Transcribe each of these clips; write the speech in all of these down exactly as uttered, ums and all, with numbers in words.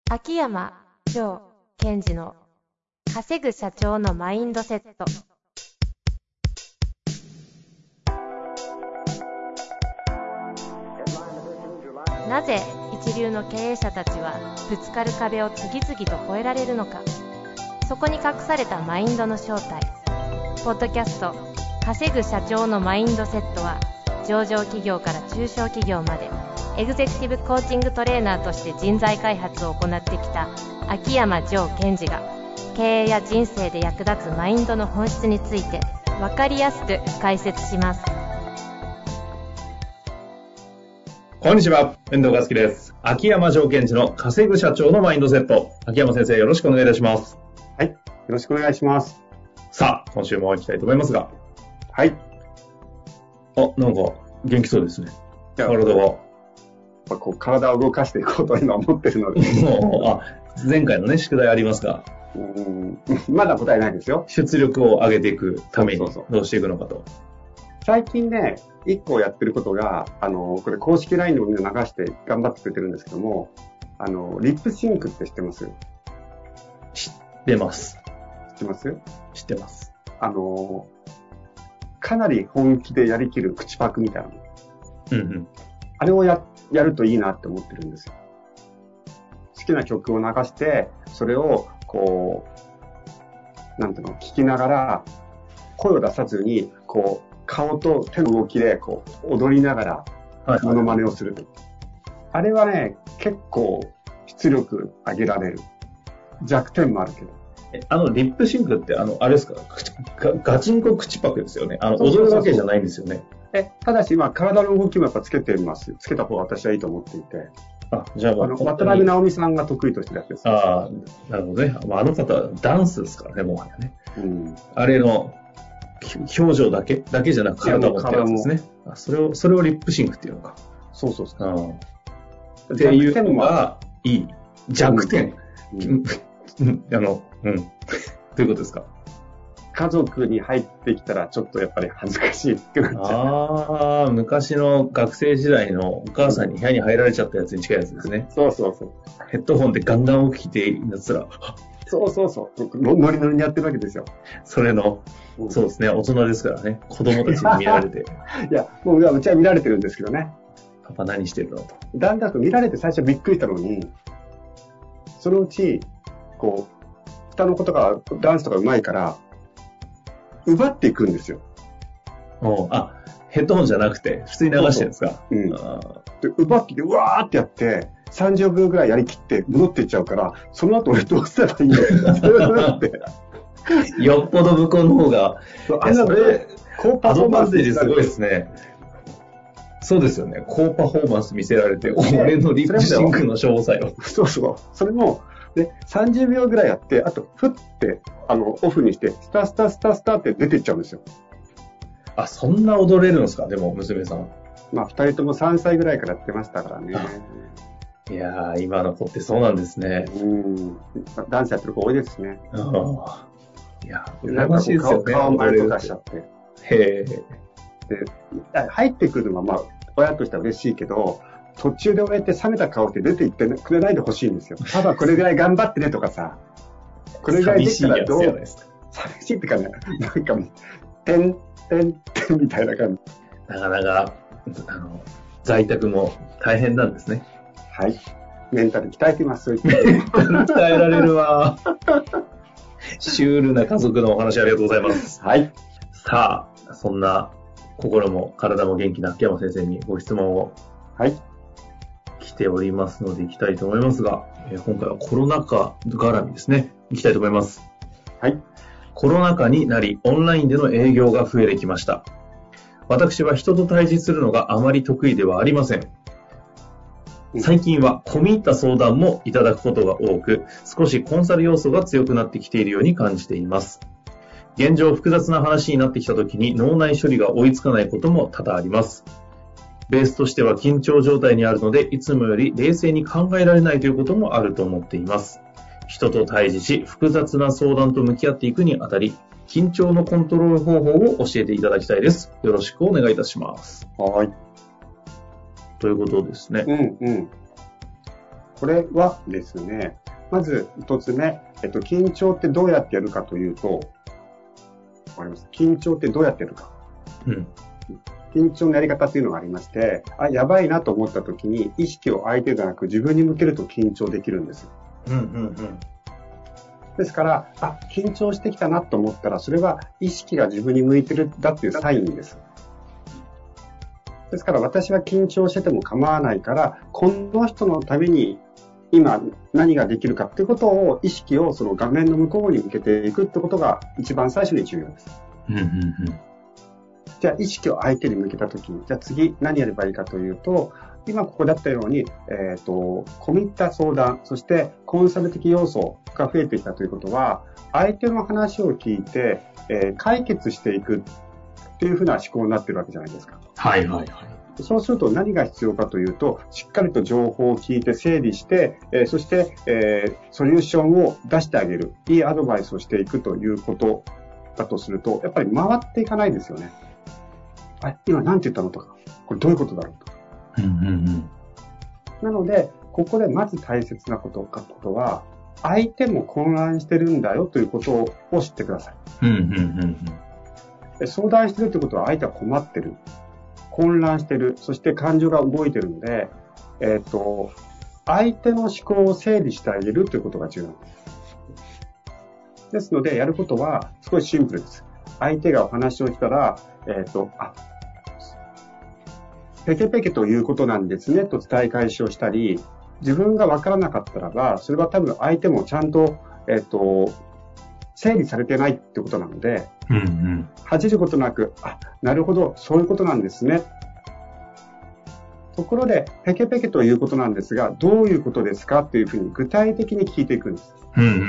秋山城賢治の稼ぐ社長のマインドセット。なぜ一流の経営者たちはぶつかる壁を次々と越えられるのか。そこに隠されたマインドの正体。ポッドキャスト稼ぐ社長のマインドセットは、上場企業から中小企業までエグゼクティブコーチングトレーナーとして人材開発を行ってきた秋山城賢治が、経営や人生で役立つマインドの本質について分かりやすく解説します。 こんにちは、遠藤和樹です。秋山城賢治の稼ぐ社長のマインドセット。秋山先生、よろしくお願いいたします。 はい、よろしくお願いします。 さあ、今週も行きたいと思いますが。 はい。 あ、なんか元気そうですね。体が。 こう体を動かしていこうと今思ってるので。 あ、前回のね、宿題ありますが。 うーん、まだ答えないですよ。 出力を上げていくためにどうしていくのかと。 そうそうそう、最近ね、一個やってることが、あの、これ公式 ライン でもみんな流して頑張ってくれてるんですけども、あの、リップシンクって知ってます？ 知ってます。 知ってます知ってます。 あの、かなり本気でやりきる口パクみたいなの。 うんうん。 あれをや、やるといいなって思ってるんですよ。好きな曲を流して、それを、こう、なんていうの、聞きながら、声を出さずに、こう、顔と手の動きで、こう、踊りながら、モノマネをする。はいはい、あれはね、結構、出力上げられる。弱点もあるけど。 え、あの、リップシンクって、あの、あれですか、ガ, ガチンコ口パクですよね。あの、踊るわけじゃないんですよね。 え、ただし、今、体の動きもやっぱつけています。つけた方が私はいいと思っていて。 あ、じゃあ、 あの、渡辺直美さんが得意としてるやつです。 ああ、なるほどね。あの方、ダンスですからね、もはやね。 うん。 あれの、表情だけだけじゃなく体もってやつですね。あ、それを、それをリップシンクっていうのか。 そうそうそう。 うん、っていうのがいい。弱点。うん、あの、うん。どういうことですか？ 家族に入ってきたらちょっとやっぱり恥ずかしいってなっちゃう。 ああ、昔の学生時代のお母さんに部屋に入られちゃったやつに近いやつですね。 そうそうそう。 ヘッドホンでガンガン起きてやつら。 そうそうそう。ノリノリにやってるわけですよ。 それの、うん、そうですね、大人ですからね。子供たちに見られて。 いや、もううちは見られてるんですけどね。 パパ何してるのと。 だんだんと見られて最初びっくりしたのに、そのうち、こう、下の子とかダンスとか上手いから、奪っていくんですよ。 おあ、ヘッドホンじゃなくて、普通に流してるんですか？ そうそう、うん。あで奪ってきて、うわーってやって、さんじゅうびょうぐらいやりきって戻っていっちゃうから、その後俺どうすればいいのって。 よっぽど向こうの方が、 あんなそれ、 アドバンテージすごいですね。そうですよね。高パフォーマンス見せられて、俺のリップシンクの詳細を。 そうそう。それも、で、さんじゅうびょうぐらいやって、あと、ふって、あの、オフにして、スタスタスタスタって出ていっちゃうんですよ。 あ、そんな踊れるんですか？でも、娘さん。 まあ、二人ともさんさいぐらいからやってましたからね。 いやー、今の子ってそうなんですね。 うん。ダンスやってる子多いですね。 あいや、羨ましいですよね。 顔前とかしちゃって。 へー。 で、入ってくるのは、まあ、親としては嬉しいけど、途中で終えて冷めた顔で出ていってくれないでほしいんですよ。ただこれぐらい頑張ってねとかさ、これぐらいできたらどう、寂しい寂しいってかね、なんかもう、てんてんてんみたいな感じ。 なかなか、あの、在宅も大変なんですね。 はい。メンタル鍛えてます。 鍛えられるわ。シュールな家族のお話ありがとうございます。 はい。 さあ、そんな心も体も元気な秋山先生にご質問を。 はい。 来ておりますので行きたいと思いますが、えー、今回はコロナ禍絡みですね。行きたいと思います。 はい。 コロナ禍になり、オンラインでの営業が増えてきました。私は人と対峙するのがあまり得意ではありません。最近は込み入った相談もいただくことが多く、少しコンサル要素が強くなってきているように感じています。現状複雑な話になってきたときに脳内処理が追いつかないことも多々あります。ベースとしては緊張状態にあるので、いつもより冷静に考えられないということもあると思っています。人と対峙し、複雑な相談と向き合っていくにあたり、緊張のコントロール方法を教えていただきたいです。よろしくお願いいたします。 はい。 ということですね。 うんうん。 これはですね、まず一つ目、えっと、緊張ってどうやってやるかというと、わかります？緊張ってどうやってやるか。うん。緊張のやり方っていうのがありまして、あ、やばいなと思った時に意識を相手じゃなく自分に向けると緊張できるんですよ。うんうんうん。ですから、あ、緊張してきたなと思ったら、それは意識が自分に向いてるんだっていうサインです。ですから私は緊張してても構わないから、この人のために今何ができるかっていうことを、意識をその画面の向こうに向けていくってことが一番最初に重要です。うんうんうん、じゃあ意識を相手に向けたときに、じゃあ次何やればいいかというと、今ここだったように、えっと、込み入った相談、そしてコンサル的要素が増えてきたということは、相手の話を聞いて、えー、解決していくっていうふうな思考になってるわけじゃないですか。はいはいはい。そうすると何が必要かというと、しっかりと情報を聞いて整理して、えー、そして、えー、ソリューションを出してあげる、いいアドバイスをしていくということだとすると、やっぱり回っていかないですよね。あ、今何て言ったのとか、これどういうことだろうとか。うんうんうん、なので、ここでまず大切なことかことは、相手も混乱してるんだよということを知ってください。うんうんうんうん、相談してるということは相手は困ってる。混乱してる。そして感情が動いてるので、えっと、相手の思考を整理してあげるということが重要なんです。ですので、やることはすごいシンプルです。相手がお話をしたら、えっと、あ、ペケペケということなんですねと伝え返しをしたり、自分が分からなかったらば、それは多分相手もちゃんと、えっと、整理されてないってことなので、うんうん、恥じることなく、あ、なるほど、そういうことなんですね。ところで、ペケペケということなんですが、どういうことですかというふうに具体的に聞いていくんです。うんうんうんうん、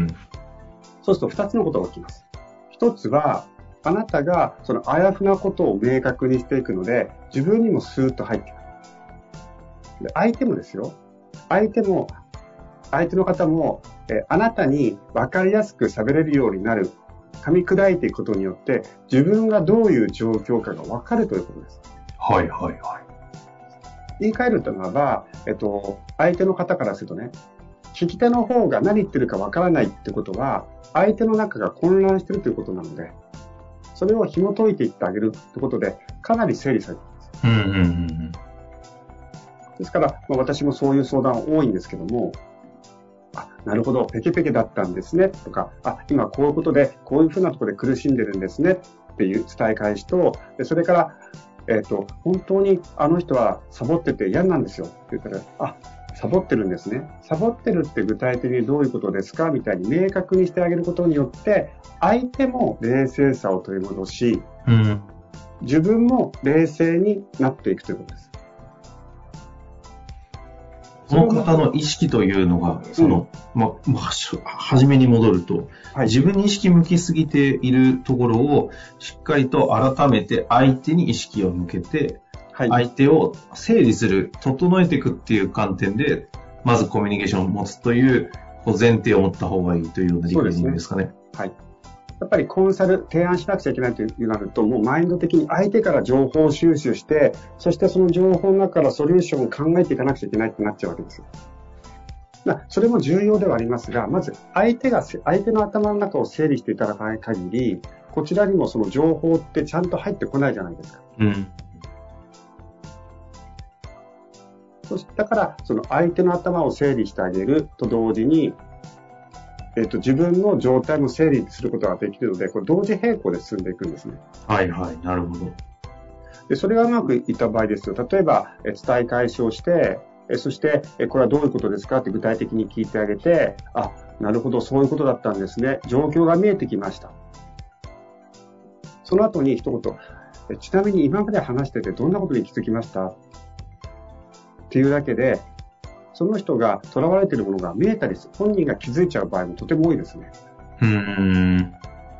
そうするとふたつのことが起きます。ひとつは、あなたがそのあやふなことを明確にしていくので、自分にもスーッと入ってくる。で、相手もですよ。相手も、相手の方も、えあなたに分かりやすく喋れるようになる、噛み砕いていくことによって、自分がどういう状況かが分かるということです。はいはいはい。言い換えるとならば、えっと、相手の方からするとね、聞き手の方が何言ってるか分からないってことは、相手の中が混乱しているということなので、それを紐解いていってあげるということで、かなり整理されています。うんうんうん、ですから、まあ、私もそういう相談多いんですけども、あ、なるほど、ペケペケだったんですね、とか、あ、今こういうことで、こういうふうなところで苦しんでるんですね、っていう伝え返しと、でそれから、えっと、本当にあの人はサボってて嫌なんですよ、って言ったら、あ、サボってるんですね。サボってるって具体的にどういうことですかみたいに明確にしてあげることによって、相手も冷静さを取り戻し、うん、自分も冷静になっていくということです。 その方の意識というのが、その、うん、ま、ま、はじめに戻ると、はい、自分に意識向きすぎているところを、しっかりと改めて相手に意識を向けて、はい、相手を整理する、整えていくっていう観点で、まずコミュニケーションを持つという、こう前提を持った方がいいというような理解でいいんですかね。 はい。やっぱりコンサル、提案しなくちゃいけないというなると、もうマインド的に相手から情報を収集して、そしてその情報の中からソリューションを考えていかなくちゃいけないってなっちゃうわけですよ。それも重要ではありますが、まず相手が、相手の頭の中を整理していただかない限り、こちらにもその情報ってちゃんと入ってこないじゃないですか。うん。そしてだから、その相手の頭を整理してあげると同時に、えっと、自分の状態も整理することができるので、これ同時並行で進んでいくんですね。 はいはい、なるほど。 で、それがうまくいった場合ですと、例えば、え伝え返しをして、えそして、えこれはどういうことですかって具体的に聞いてあげて、あ、なるほど、そういうことだったんですね。状況が見えてきました。その後に一言、えちなみに今まで話しててどんなことに気づきましたっていうだけで、その人が囚われているものが見えたりする、本人が気づいちゃう場合もとても多いですね。うーん。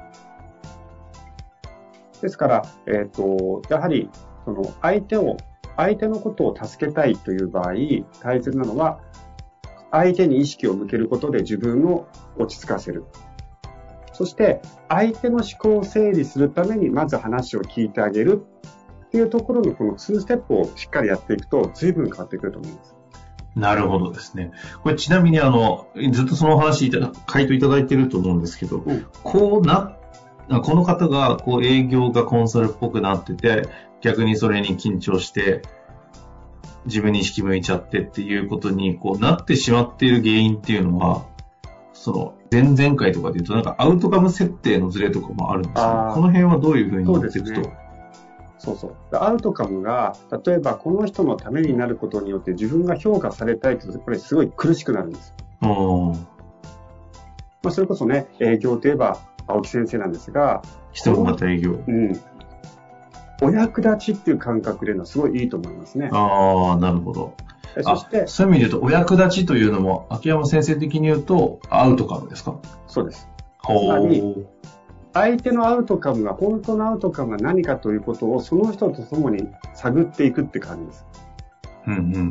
ですから、えっと、やはり、その相手を、相手のことを助けたいという場合、大切なのは、相手に意識を向けることで自分を落ち着かせる。そして、相手の思考を整理するために、まず話を聞いてあげるっていうところのこのにステップをしっかりやっていくと、随分変わってくると思います。 なるほどですね。これちなみにあの、ずっとそのお話いた回答いただいてると思うんですけど、うん、こうな、この方がこう営業がコンサルっぽくなってて、逆にそれに緊張して、自分に意識向いちゃってっていうことにこうなってしまっている原因っていうのは、その前々回とかで言うとなんかアウトカム設定のズレとかもあるんですけど、この辺はどういうふうになっていくと？ そうそう。アウトカムが、例えばこの人のためになることによって自分が評価されたいと、これすごい苦しくなるんです。まあ、それこそね、営業といえば青木先生なんですが、 人がまた営業。 うん。お役立ちっていう感覚でのはすごいいいと思いますね。 ああ、なるほど。そして、そういう意味で言うと、お役立ちというのも、秋山先生的に言うと、アウトカムですか？ そうです。つまり、相手のアウトカムが、本当のアウトカムが何かということを、その人と共に探っていくって感じです。 うんうんうんうん。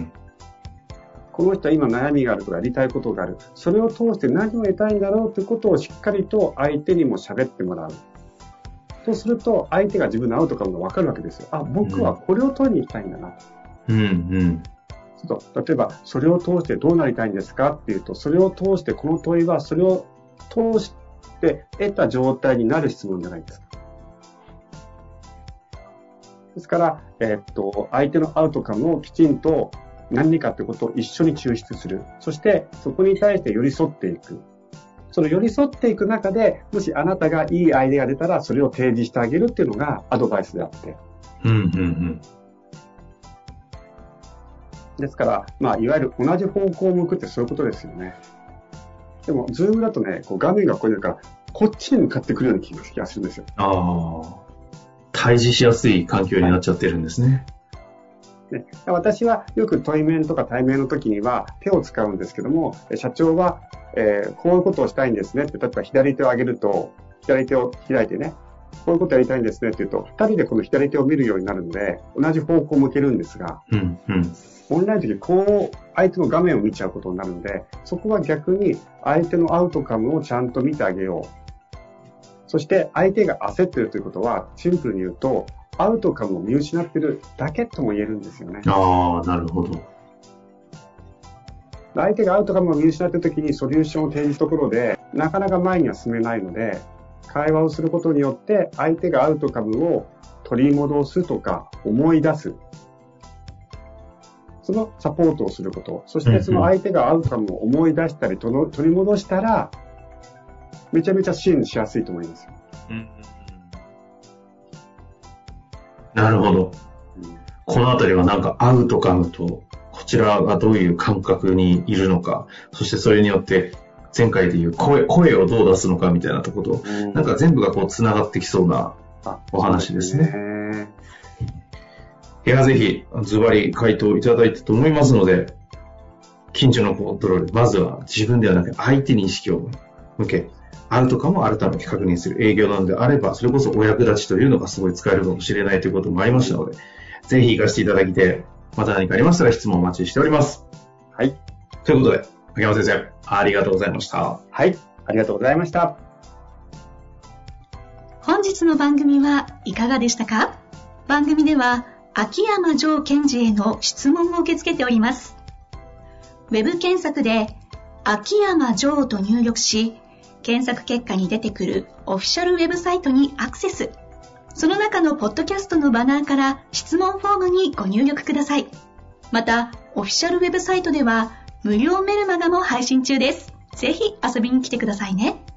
この人は今悩みがあるとかやりたいことがある。それを通して何を得たいんだろうということをしっかりと相手にも喋ってもらう。そうすると、相手が自分のアウトカムが分かるわけですよ。あ、僕はこれを取りに行きたいんだな。 うんうん。 ちょっと例えば、それを通してどうなりたいんですかっていうと、それを通してこの問いは、それを通して得た状態になる質問じゃないですか。ですから、えー、っと、相手のアウトカムをきちんと何かということを一緒に抽出する。そして、そこに対して寄り添っていく。その寄り添っていく中で、もしあなたがいいアイデアが出たら、それを提示してあげるっていうのがアドバイスであって。 うんうんうん。 ですから、まあ、いわゆる同じ方向を向くってそういうことですよね。でも、ズームだとね、こう画面がこういうから、こっちに向かってくるような気がするんですよ。 ああ。対峙しやすい環境になっちゃってるんですね。 はい、ね、私はよく対面とか対面の時には手を使うんですけども、社長は、えー、こういうことをしたいんですねって、例えば左手を上げると、左手を開いてね、こういうことやりたいんですねって言うと、二人でこの左手を見るようになるので、同じ方向を向けるんですが、 うんうん、 オンラインの時こう相手の画面を見ちゃうことになるので、そこは逆に相手のアウトカムをちゃんと見てあげよう。そして相手が焦っているということは、シンプルに言うと、アウトカムを見失っているだけとも言えるんですよね。 ああ、なるほど。 相手がアウトカムを見失っているときにソリューションを提示するところで、なかなか前には進めないので、会話をすることによって相手がアウトカムを取り戻すとか思い出す。そのサポートをすること。そしてその相手がアウトカムを思い出したり取り戻したら、めちゃめちゃ支援しやすいと思います。 うん、なるほど。このあたりはなんかアウトカムとこちらがどういう感覚にいるのか、そしてそれによって前回でいう声、声をどう出すのかみたいなところと、うん、なんか全部がこう繋がってきそうなお話ですね。いや、ぜひズバリ回答いただいたと思いますので、緊張のコントロール、まずは自分ではなく相手に意識を向け、アウトカムを改めて確認する営業なのであれば、それこそお役立ちというのがすごい使えるかもしれないということもありましたので、ぜひ活かしていただきて、また何かありましたら質問をお待ちしております。 はい。 ということで、秋山先生、ありがとうございました。 はい、ありがとうございました。 本日の番組はいかがでしたか？番組では、秋山城賢治への質問を受け付けております。ウェブ検索で、秋山城と入力し、検索結果に出てくるオフィシャルウェブサイトにアクセス。その中のポッドキャストのバナーから質問フォームにご入力ください。また、オフィシャルウェブサイトでは無料メルマガも配信中です。ぜひ遊びに来てくださいね。